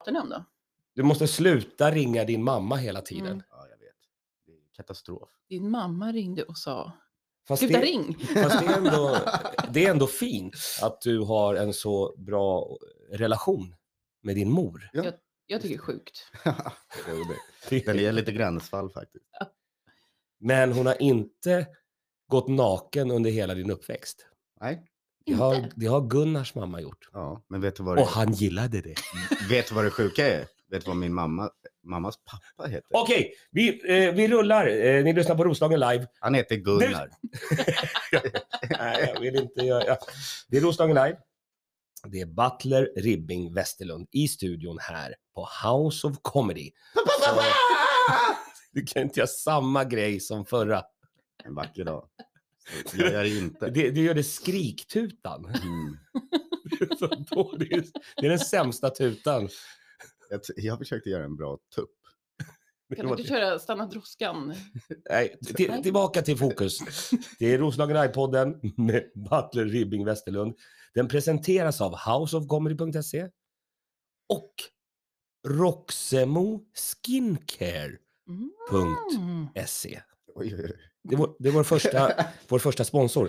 om då? Du måste sluta ringa din mamma hela tiden. Ja, jag vet. Det är katastrof. Din mamma ringde och sa, Fast sluta ring. Fast det är ändå fint att du har en så bra relation med din mor. Ja. Jag tycker det är sjukt. Den är lite gränsfall faktiskt. Men hon har inte gått naken under hela din uppväxt. Nej. Det har Gunnars mamma gjort. Ja, men vet du vad det Och han gillade det. Vet du vad det sjuka är? Vet du vad min mammas pappa heter? Okej, vi rullar. Ni lyssnar på Roslagen live. Han heter Gunnar. Nej, jag vill inte göra. Det är Roslagen live. Det är Butler Ribbing Westerlund i studion här på House of Comedy. Så, du kan inte göra samma grej som förra. En vacker dag. Jag gör det inte. Du gör det skriktutan. Mm. Det är den sämsta tutan. Jag försökte göra en bra tupp. Kan du inte köra stanna droskan? Nej, tillbaka till fokus. Det är Roslagen Live-podden med Butler Ribbing Westerlund. Den presenteras av houseofcomedy.se och Roxemo Skincare.se. Oj, oj, oj. Det är vår första sponsor.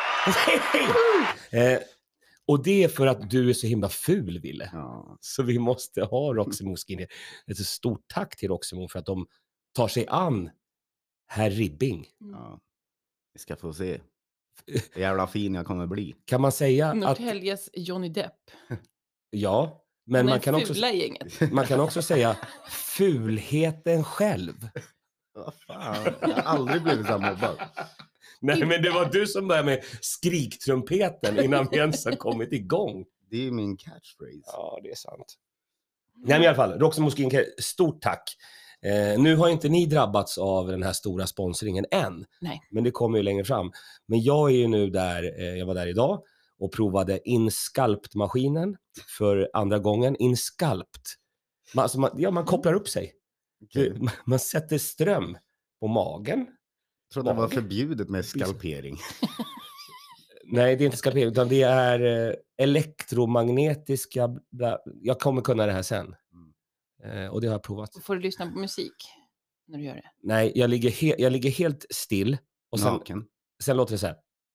Och det är för att du är så himla ful, Ville. Ja. Så vi måste ha Roxemo Skincare. Ett stort tack till Roxemo för att de tar sig an herr Ribbing. Ja. Vi ska få se. Hur jävla fin jag kommer bli. Kan man säga att... Norrtäljes Johnny Depp. Ja, men man kan också säga fulheten själv. Vad fan, jag har aldrig blivit så mobbad. Nej, men det var du som började med skriktrumpeten innan vi ens har kommit igång. Det är ju min catchphrase. Ja, det är sant. Nej, men i alla fall, Roxemo Skincare, stort tack. Nu har inte ni drabbats av den här stora sponsringen än. Nej. Men det kommer ju längre fram. Men jag är ju nu där, jag var där idag och provade InSculpt-maskinen för andra gången. InSculpt. Man kopplar upp sig. Okay. Man sätter ström på magen. Jag trodde det var förbjudet med skalpering. Nej, det är inte skalpering utan det är elektromagnetiska... Jag kommer kunna det här sen. Och det har jag provat. Får du lyssna på musik när du gör det? Nej, jag ligger helt still. Och sen låter det så här.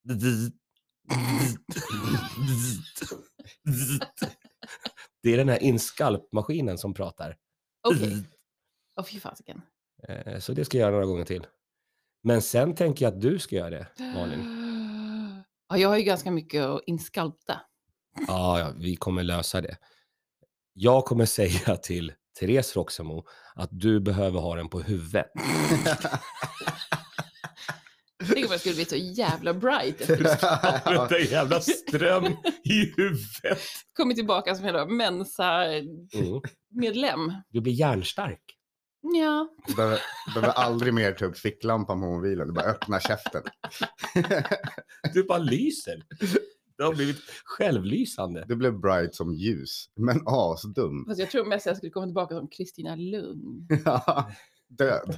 Det är den här InSculpt-maskinen som pratar. Okej. Fy fasiken. Så det ska jag göra några gånger till. Men sen tänker jag att du ska göra det, Malin. Ja, jag har ju ganska mycket att inskalpta. Ja, vi kommer lösa det. Jag kommer säga till Therese Roxemo att du behöver ha den på huvudet. Tänk om jag skulle bli så jävla bright. Det är jävla ström i huvudet. Kommer tillbaka som hela Mensa-medlem. Du blir hjärnstark. Ja. Du behöver aldrig mer ta upp ficklampan på mobilen. Du bara öppnar käften. Du bara lyser. Du har blivit självlysande. Du blev bright som ljus. Men asdum. Fast jag tror mest jag skulle komma tillbaka som Kristina Lugn. Död.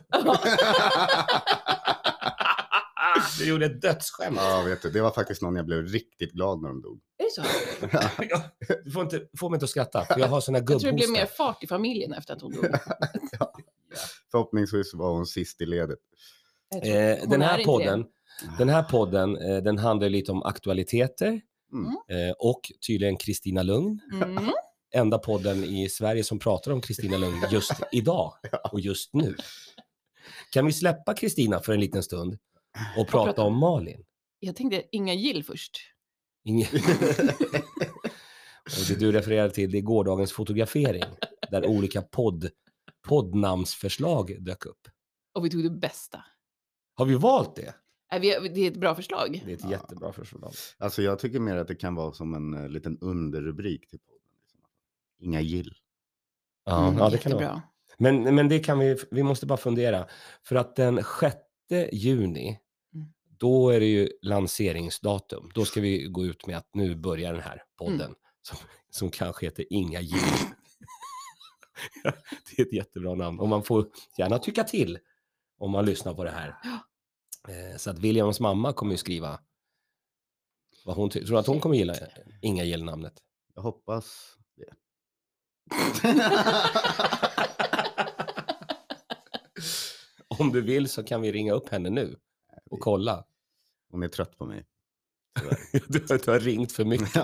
Du gjorde ett dödsskämt. Ja, vet du. Det var faktiskt någon jag blev riktigt glad när de dog. Är det så? Du får mig inte att skratta. För jag har såna gubbhostar. Jag tror det blev mer fart i familjen efter att hon dog. Ja. Förhoppningsvis var hon sist i ledet. Den här podden den handlar lite om aktualiteter. Och tydligen Kristina Lugn. Enda podden i Sverige som pratar om Kristina Lugn just idag och just nu. Kan vi släppa Kristina för en liten stund och prata om Malin? Jag tänkte Inga Gill först. Och det du refererar till, det är gårdagens fotografering där olika poddnamnsförslag dök upp. Och vi tog det bästa. Har vi valt det? Det är ett bra förslag. Det är ett jättebra förslag. Alltså jag tycker mer att det kan vara som en liten underrubrik till podden. Inga Gill. Ja, det kan det vara. Men det kan vi måste bara fundera. För att den 6 juni, då är det ju lanseringsdatum. Då ska vi gå ut med att nu börjar den här podden. Som kanske heter Inga Gill. Det är ett jättebra namn. Och man får gärna tycka till om man lyssnar på det här. Så att Williams mamma kommer ju skriva vad hon tror att hon kommer gilla Inga Gill-namnet. Jag hoppas det. Om du vill så kan vi ringa upp henne nu och kolla. Hon är trött på mig. Du har ringt för mycket.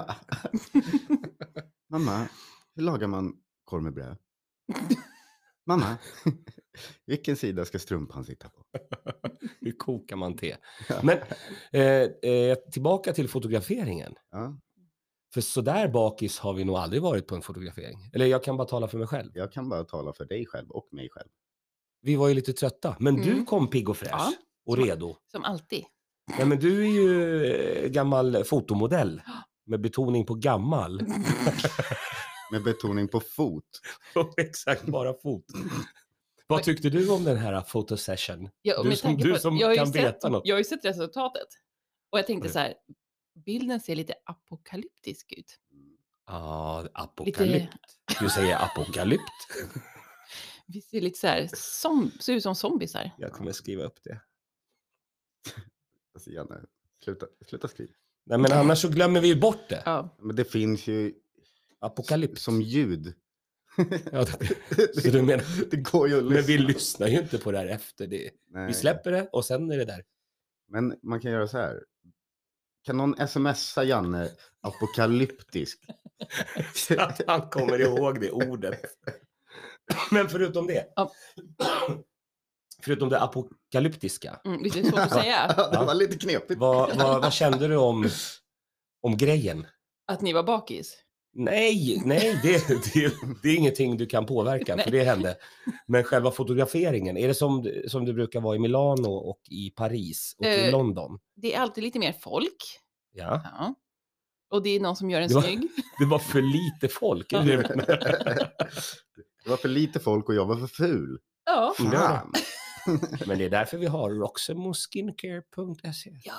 Mamma, hur lagar man korv med bröd? Mamma, vilken sida ska strumpan sitta på? Hur kokar man te? Men tillbaka till fotograferingen. Ja, För så där bakis har vi nog aldrig varit på en fotografering. Eller jag kan bara tala för mig själv. jag kan bara tala för dig själv och mig själv. Vi var ju lite trötta. Men du kom pigg och fräsch. Ja. Och redo. Som alltid. Nej, men du är ju gammal fotomodell. Med betoning på gammal. Med betoning på fot. Exakt, bara fot. Vad tyckte du om den här fotosession? Ja, och Du med som, tanke du på- som jag har ju kan sett- veta något. Jag har ju sett resultatet. Och jag tänkte Oj. så här, bilden ser lite apokalyptisk ut. Ja, apokalypt. Du säger apokalypt. Vi ser lite så här, ser ut som zombisar. Jag kommer skriva upp det. Alltså, Janne, sluta skriva. Nej, men annars så glömmer vi ju bort det. Ja. Men det finns ju Apokalyps. som ljud. Ja, så du menar, Det går ju att men vi lyssna. lyssnar ju inte på det här efter det. Nej. Vi släpper det och sen är det där. Men man kan göra så här. Kan någon smsa Janne apokalyptisk? Så att han kommer ihåg det ordet. Men förutom det. Ja. Förutom det apokalyptiska. Visst är det svårt att säga? Det var lite knepigt. Vad kände du om grejen? Att ni var bakis? Nej, det är ingenting du kan påverka, för det hände. Men själva fotograferingen, är det som det brukar vara i Milano och i Paris och i London? Det är alltid lite mer folk. Ja, Ja. Och det är någon som gör en Det var- snygg. det var för lite folk. Är det det du menar? Det var för lite folk och jag var för ful. Ja. Fan. Men det är därför vi har roxemoskincare.se. Ja.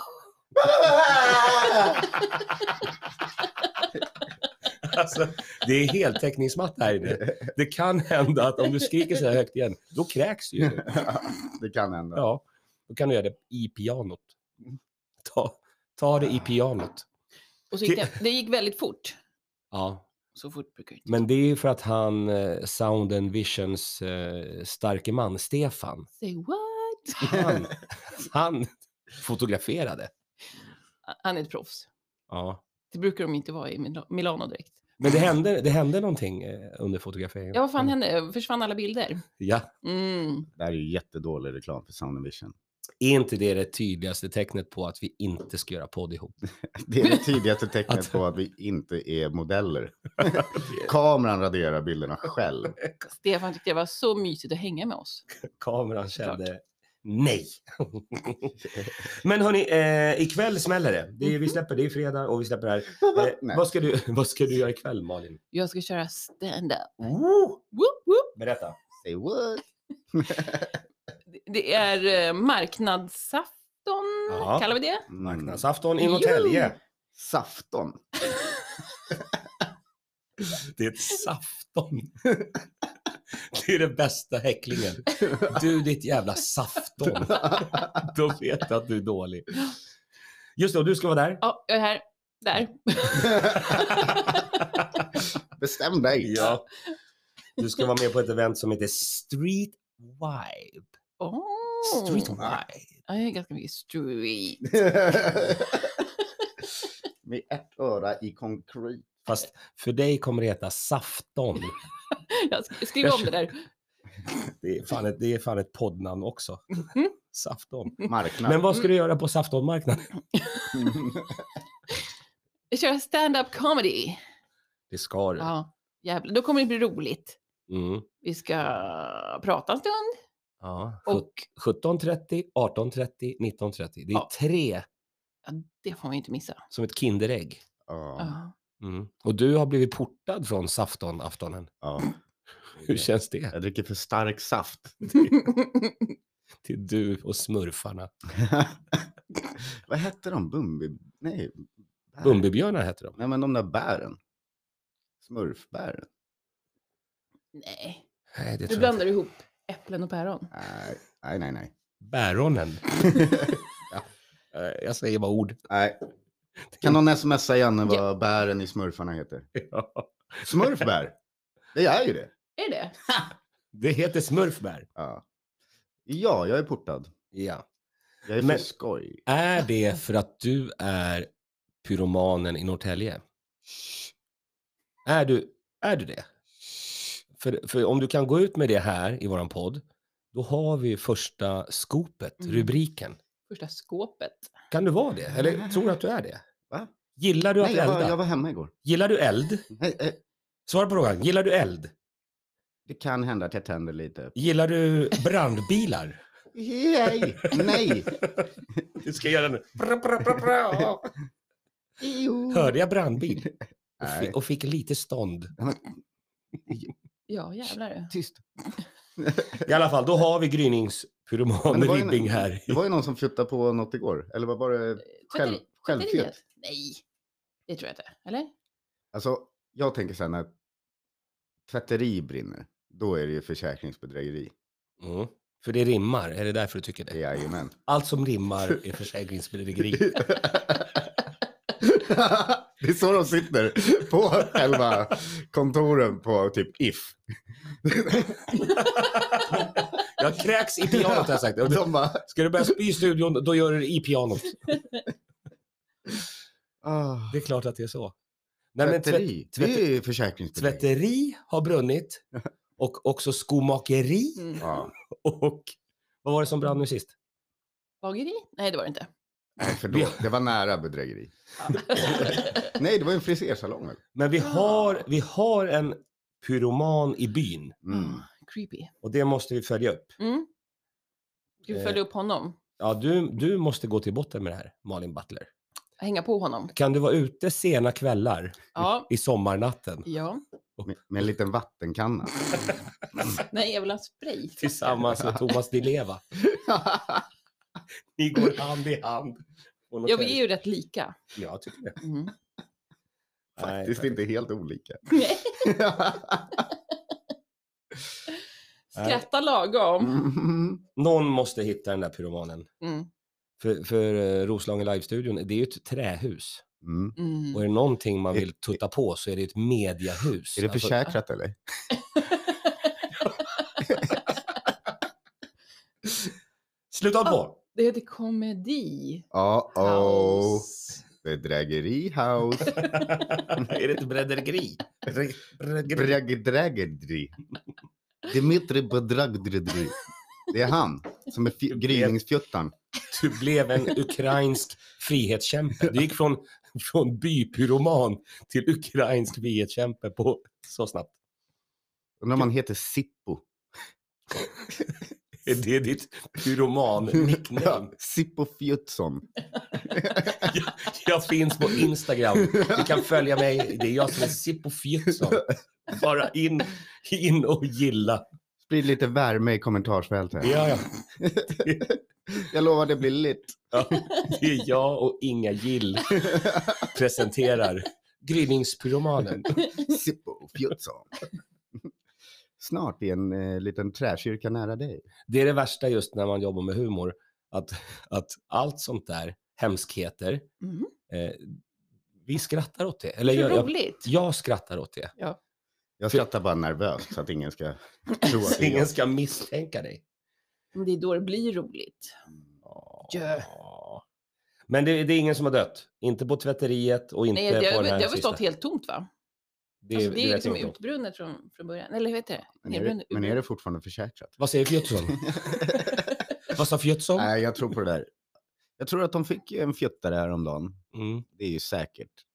Alltså, det är heltäckningsmatt här inne. Det kan hända att om du skriker så här högt igen, då kräks du ju. Det kan hända. Ja, då kan du göra det i pianot. Ta det i pianot. Och så gick det gick väldigt fort. Ja, Så fort brukar det inte. men det är ju för att han, Sound and Visions starke man, Stefan, Say what? han fotograferade. Han är ett proffs. Ja. Det brukar de inte vara i Milano direkt. Men det hände någonting under fotograferingen. Ja, vad fan hände? Försvann alla bilder? Ja. Mm. Det här är ju jättedålig reklam för Sound and Vision. Är inte det tydligaste tecknet på att vi inte ska göra podd ihop? Det är det tydligaste tecknet på att vi inte är modeller. Kameran raderar bilderna själv. Stefan tyckte det var så mysigt att hänga med oss. Kameran kände nej. Men hörni, ikväll smäller det. Vi släpper, det är fredag och vi släpper det här. Nej. Vad ska du göra ikväll, Malin? Jag ska köra stand-up. Whoop, Whoop. berätta. Say what? Det är marknadsafton, Ja. kallar vi det? Marknadsafton i Norrtälje. Safton. Det är ett safton. Det är den bästa häcklingen. Du, ditt jävla safton. Då vet du att du är dålig. Just det, och du ska vara där. Ja, jag är här. Där. Bestäm dig. Ja. Du ska vara med på ett event som heter Street Vibe. Street Vibe. Ja, jag är ganska mycket street. Med ett öra i konkret. Fast för dig kommer det heta Safton. Jag skriver om det där. Det är fan ett poddnamn också. Safton. Marknad. Men vad ska du göra på Saftonmarknaden? Jag kör stand-up comedy. Det ska du. Ja, jävlar. Då kommer det bli roligt. Mm. Vi ska prata en stund. Ja. Och 17.30, 18.30, 19.30. Det är Ja. 3 ja, det får man ju inte missa. som ett Kinderägg. Ja. Ja. Mm. Och du har blivit portad från Saftonaftonen. Ja. Hur känns det? Jag dricker för stark saft. Till du och smurfarna. Vad hette de? Nej. Bär. Bumbibjörnar heter de. Nej, men de där bären. Smurfbären. Nej, Nej, det du tror jag blandar ihop äpplen och päron. Nej. Bäronen. Jag säger bara ord. Nej. Kan någon smsa Janne vad bären i smurfarna heter? Ja. Smurfbär. Det är ju det. Är det? Det heter smurfbär. Ja, jag är portad. Ja. Jag är för Men- skoj. Är det för att du är pyromanen i Norrtälje? Är du det? För om du kan gå ut med det här i våran podd, då har vi första skopet, rubriken. Första skåpet. Kan du vara det? Eller tror du att du är det? Va? Gillar du att Nej, elda? jag var hemma igår. Gillar du eld? Nej, Svara på frågan. Gillar du eld? det kan hända att jag tänder lite. Gillar du brandbilar? Nej. Du ska göra nu. Hörde jag brandbil? Nej. Och fick lite stånd. Ja, jävlar. Tyst. I alla fall, då har vi gryningspyroman Men det var ju- Ribbing här. Det var ju någon som fjuttade på något igår. Eller vad var det? Självfjutt. Tvätteriet? Nej, det tror jag inte. Eller? Alltså, jag tänker så här, när tvätteri brinner, då är det ju försäkringsbedrägeri. Mm. För det rimmar, är det därför du tycker det? Jajamän. Allt som rimmar är försäkringsbedrägeri. Det är så de sitter på själva kontoren på typ If. Jag kräks i pianot har jag sagt. Och De bara, ska du börja spy i studion, då gör du det i pianot. Det är klart att det är så. Nej, men tvätteri, det är försäkringsbedrägeri. tvätteri har brunnit. Och också skomakeri. Mm. Ja. Och vad var det som brann nu sist? Bageri? Nej, det var det inte. Nej, förlåt. Det var nära bedrägeri. Nej, det var en frisersalong. Väl? Men vi har en pyroman i byn. Mm. Creepy. Och det måste vi följa upp. Mm. Ska vi följa upp honom? Ja, du måste gå till botten med det här, Malin Butler. Hänga på honom? Kan du vara ute sena kvällar Ja. i sommarnatten Ja. Med en liten vattenkanna. Nej, jag vill ha spray. tillsammans med Thomas Di Leva? Ni går hand i hand. på något Ja, vi sätt. är ju rätt lika. Jag tycker det. Mm. Faktiskt Nej, inte helt olika. Nej. Skratta lagom. Mm. Någon måste hitta den där pyromanen. Mm. För Roslagen Live-studion, det är ju ett trähus. Mm. Mm. Och är det någonting man vill tutta på så är det ett mediahus. Är det Alltså, försäkrat eller? sluta på! Det heter komedi. Oh. House. Bedrägeri house. Är det ett bedrägeri? Bedrägeri. Dimitri Bedrägeri. Det är han som är gryningsfjuttan. Du blev en ukrainsk frihetskämpe. Du gick från bypyroman till ukrainsk frihetskämpe på så snabbt. Undrar om man heter Sippo. Är det ditt pyroman-nickname? Ja, Sippo Fjutsson. Jag finns på Instagram. Du kan följa mig. Det är jag som är Sippo Fjutsson. Bara in och gilla. Sprid lite värme i kommentarsfältet. Ja. Jag lovar det blir lite. Ja, det är jag och Inga Gill presenterar gryningspyromanen. Sippo Fjutsson. Snart i en liten träkyrka nära dig. Det är det värsta just när man jobbar med humor. Att allt sånt där, hemskheter, Mm. vi skrattar åt det. Eller Det är jag roligt. jag skrattar åt det. Ja. Jag skrattar bara nervöst så att ingen ska tro att Så det är ingen jag. ska misstänka dig. Men det är då det blir roligt. Ja. Men det är ingen som har dött. Inte på tvätteriet och inte Nej, på det den här har väl sista. stått helt tomt, va? Det, Alltså, det är vet liksom jag inte om. utbrunnet från början. Eller vad heter det? Men är det fortfarande försäkrat? Vad säger Fjutsson? Vad sa Fjutsson? Nej, jag tror på det där. Jag tror att de fick en fjuttare häromdagen. Mm. Det är ju säkert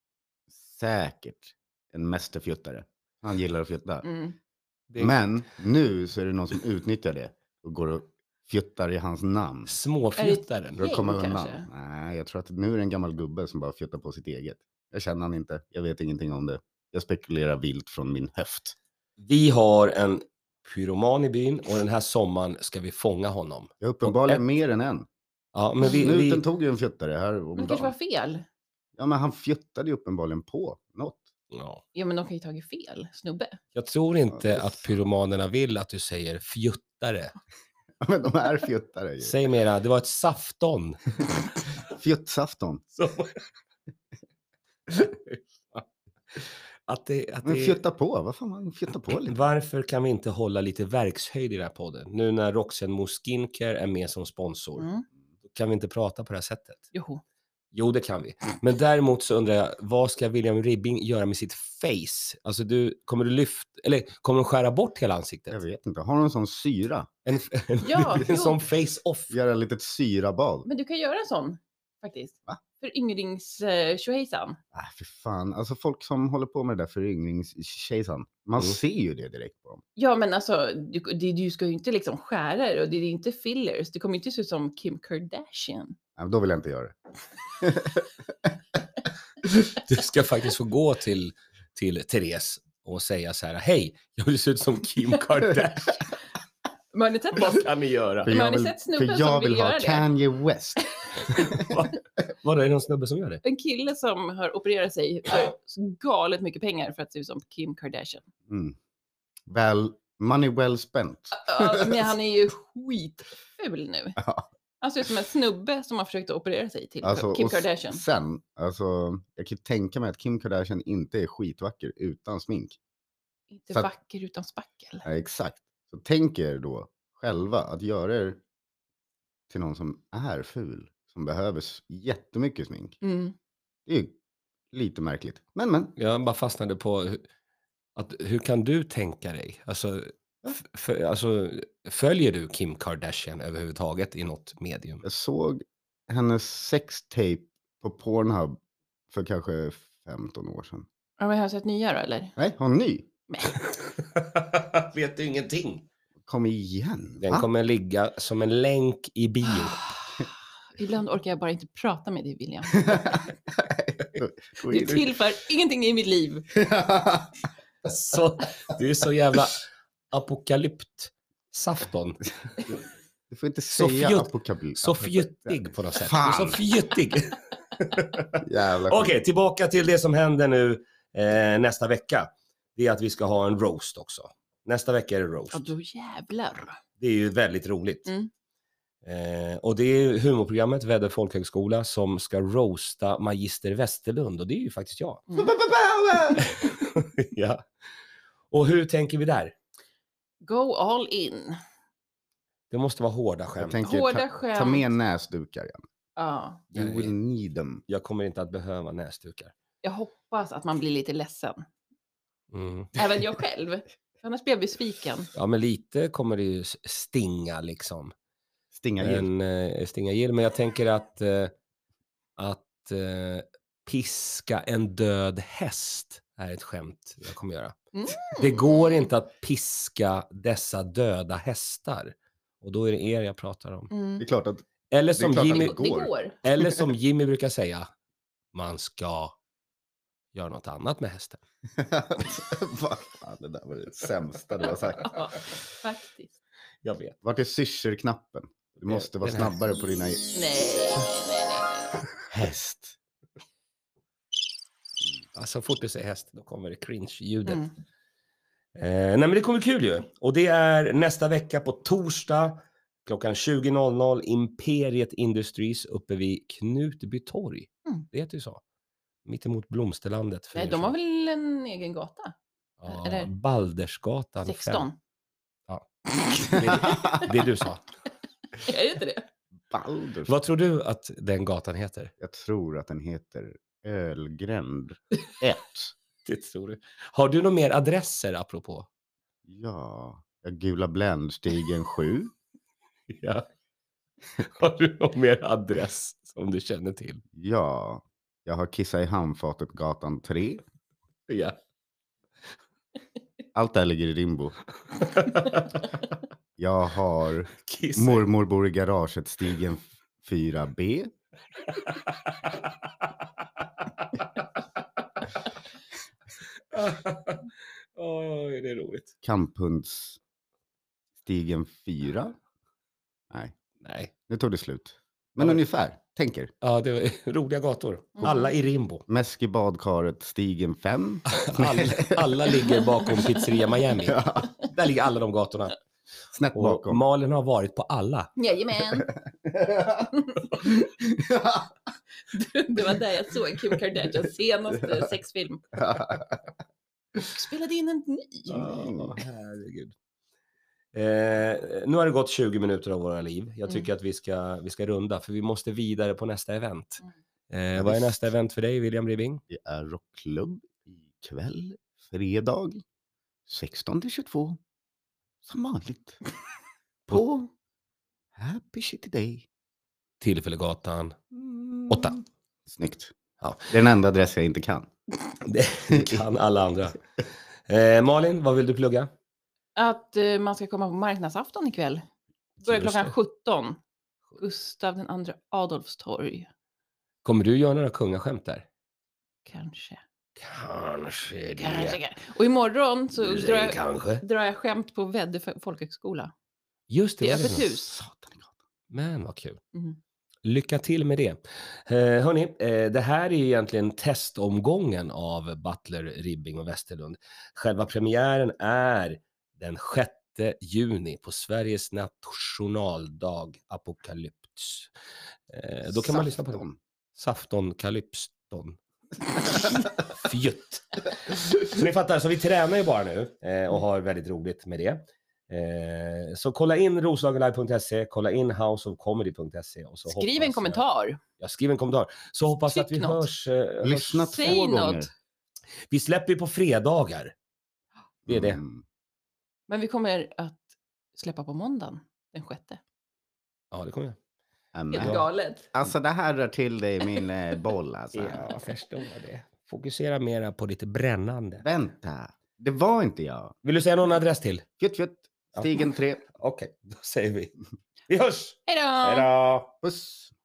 en mästerfjuttare. Han gillar att fjutta. Mm. Men nu så är det någon som utnyttjar det och går och fjuttar i hans namn. Småfjuttaren. För att komma Gäng, undan. kanske? Nej, jag tror att nu är det en gammal gubbe som bara fjuttar på sitt eget. Jag känner han inte. Jag vet ingenting om det. Jag spekulerar vilt från min höft. Vi har en pyroman i byn och den här sommaren ska vi fånga honom. Jag har uppenbarligen Och mer än en. Ja, men Snuten tog ju en fjuttare här om Men det kanske var dagen. fel. Ja, men han fjuttade ju uppenbarligen på något. Ja. Ja, men de kan ju tagit fel. Snubbe. Jag tror inte Ja, det är att pyromanerna vill att du säger fjuttare. Men de är fjuttare ju. Säg mera, det var ett safton. Fjuttsafton. Så... Men fjutta på, vad fan man fjutta på lite. Varför kan vi inte hålla lite verkshöjd i den här podden? Nu när Roxenmo Skincare är med som sponsor. Då kan vi inte prata på det här sättet. Jo, det kan vi. Men däremot så undrar jag, vad ska William Ribbing göra med sitt face? Alltså kommer du skära bort hela ansiktet? Jag vet inte, har du en sån syra? En sån face-off. Göra ett litet syrabad. Men du kan göra en sån, faktiskt. Va? För yngrings-tjohejsan. För fan, alltså folk som håller på med det där föryngringstjejsan, man ser ju det direkt på dem. Ja, men alltså, du ska ju inte liksom skära det och det är inte fillers. Det kommer inte se ut som Kim Kardashian. Ja, då vill jag inte göra det. Du ska faktiskt få gå till Therese och säga så här: hej, jag vill se ut som Kim Kardashian. Vad kan ni göra? För jag vill ha Kanye West. Vad är det någon snubbe som gör det? En kille som har opererat sig för så galet mycket pengar för att se ut som Kim Kardashian. Money well spent. Men han är ju skitful nu. Han ser ut som en snubbe som har försökt att operera sig till Kim Kardashian. Sen, jag kan tänka mig att Kim Kardashian inte är skitvacker utan smink. Inte vacker utan spackel. Ja, exakt. Så tänk er då själva att göra er till någon som är ful. Som behöver jättemycket smink. Det är ju lite märkligt. Men. Jag bara fastnade på hur kan du tänka dig? Alltså, följer du Kim Kardashian överhuvudtaget i något medium? Jag såg hennes sextape på Pornhub för kanske 15 år sedan. Har vi sett nya då, eller? Nej, hon är ny. Vet du ingenting? Kom igen. Den kommer ligga som en länk i bio. Ibland orkar jag bara inte prata med dig, William. Du tillför ingenting i mitt liv. Du är så jävla apokalyptsafton. Du får inte säga apokalyps. Så fjuttig på något sätt. Fan. Du är så fjuttig. Jävlar. Okej, tillbaka till det som händer nu nästa vecka. Det är att vi ska ha en roast också. Nästa vecka är det roast. Ja, då jävlar. Det är ju väldigt roligt. Och det är humorprogrammet Väddö folkhögskola som ska roasta Magister Westerlund. Och det är ju faktiskt jag. Ja. Och hur tänker vi där? Go all in. Det måste vara hårda skämt. Jag tänker, ta med näsdukar igen. Ja. You will need them. Jag kommer inte att behöva näsdukar. Jag hoppas att man blir lite ledsen. Även jag själv. Annars blir jag besviken. Ja, men lite kommer det ju stinga liksom. Stinga gill. Men jag tänker att piska en död häst är ett skämt jag kommer göra. Det går inte att piska dessa döda hästar. Och då är det er jag pratar om. Det är klart att eller som Jimmy, det går. Eller som Jimmy brukar säga, man ska göra något annat med hästen. Det där var det sämsta du har sagt. Ja, faktiskt. Jag vet. Vart är syrserknappen? Du måste vara snabbare på dina... Nej. Häst. Så fort du säger häst, då kommer det cringe-ljudet. Nej, men det kommer kul ju. Och det är nästa vecka på torsdag klockan 20.00 Imperiet Industries uppe vid Knutby torg. Det heter ju så. Mitt emot Blomsterlandet. Nej, de har väl en egen gata? Ja, eller? Baldersgatan 16. Ja, det du sa. Är det inte det? Balders. Vad tror du att den gatan heter? Jag tror att den heter Ölgränd 1. Det tror du. Har du några mer adresser apropå? Ja, Gula Bländstigen 7. Ja. Har du någon mer adress som du känner till? Ja, jag har Kissa i handfatet gatan 3. Ja. Allt där ligger i Rimbo. Jag har mormor bor i garaget stigen 4B. Det är roligt. Kamphunds stigen 4. Nej, nu tog det slut. Men ungefär, tänker. Ja, det var roliga gator. Alla i Rimbo. Mäski badkaret stigen 5. alla ligger bakom Pizzeria Miami. Ja. Där ligger alla de gatorna. Snett bakom. Och Malin har varit på alla. Jajamän. Det var där jag såg Kim Kardashians senaste sexfilm. Och spelade in en ny. Herregud. Nu har det gått 20 minuter av våra liv. Jag tycker att vi ska runda, för vi måste vidare på nästa event. Vad är nästa event för dig, William Ribbing? Det är rockklubb ikväll, fredag, 16-22. Som vanligt. På Happy City Day. Tillfällegatan 8. Snyggt. Ja. Det är den enda adress jag inte kan. Det kan alla andra. Malin, vad vill du plugga? Att man ska komma på marknadsafton ikväll. Börjar klockan 17. Gustav den andra Adolfs torg. Kommer du göra några kungaskämt där? Kanske. Kanske. Och imorgon så drar jag skämt på Väddö folkhögskola. Just det. Det är öppet hus. Men vad kul. Lycka till med det. Hörni, det här är egentligen testomgången av Butler, Ribbing och Westerlund. Själva premiären är den 6 juni på Sveriges nationaldag Apokalyps. Då kan man lyssna på den. Safton Kalypston. Fjutt. Så ni fattar, så vi tränar ju bara nu och har väldigt roligt med det. Så kolla in roslagenlive.se, kolla in houseofcomedy.se och så skriv en kommentar. Skriv en kommentar. Så hoppas att vi hörs. Lyssna 2 gånger. Vi släpper ju på fredagar. Det är det. Men vi kommer att släppa på måndagen den 6. Ja, det kommer jag. Helt galet. Alltså det här rör till dig min boll alltså. Ja, jag förstår det. Fokusera mera på lite brännande. Vänta, det var inte jag. Vill du säga någon adress till? Fjutt, Stigen 3. Okej, då säger vi. Vi hörs! Hej då! Hej då! Puss!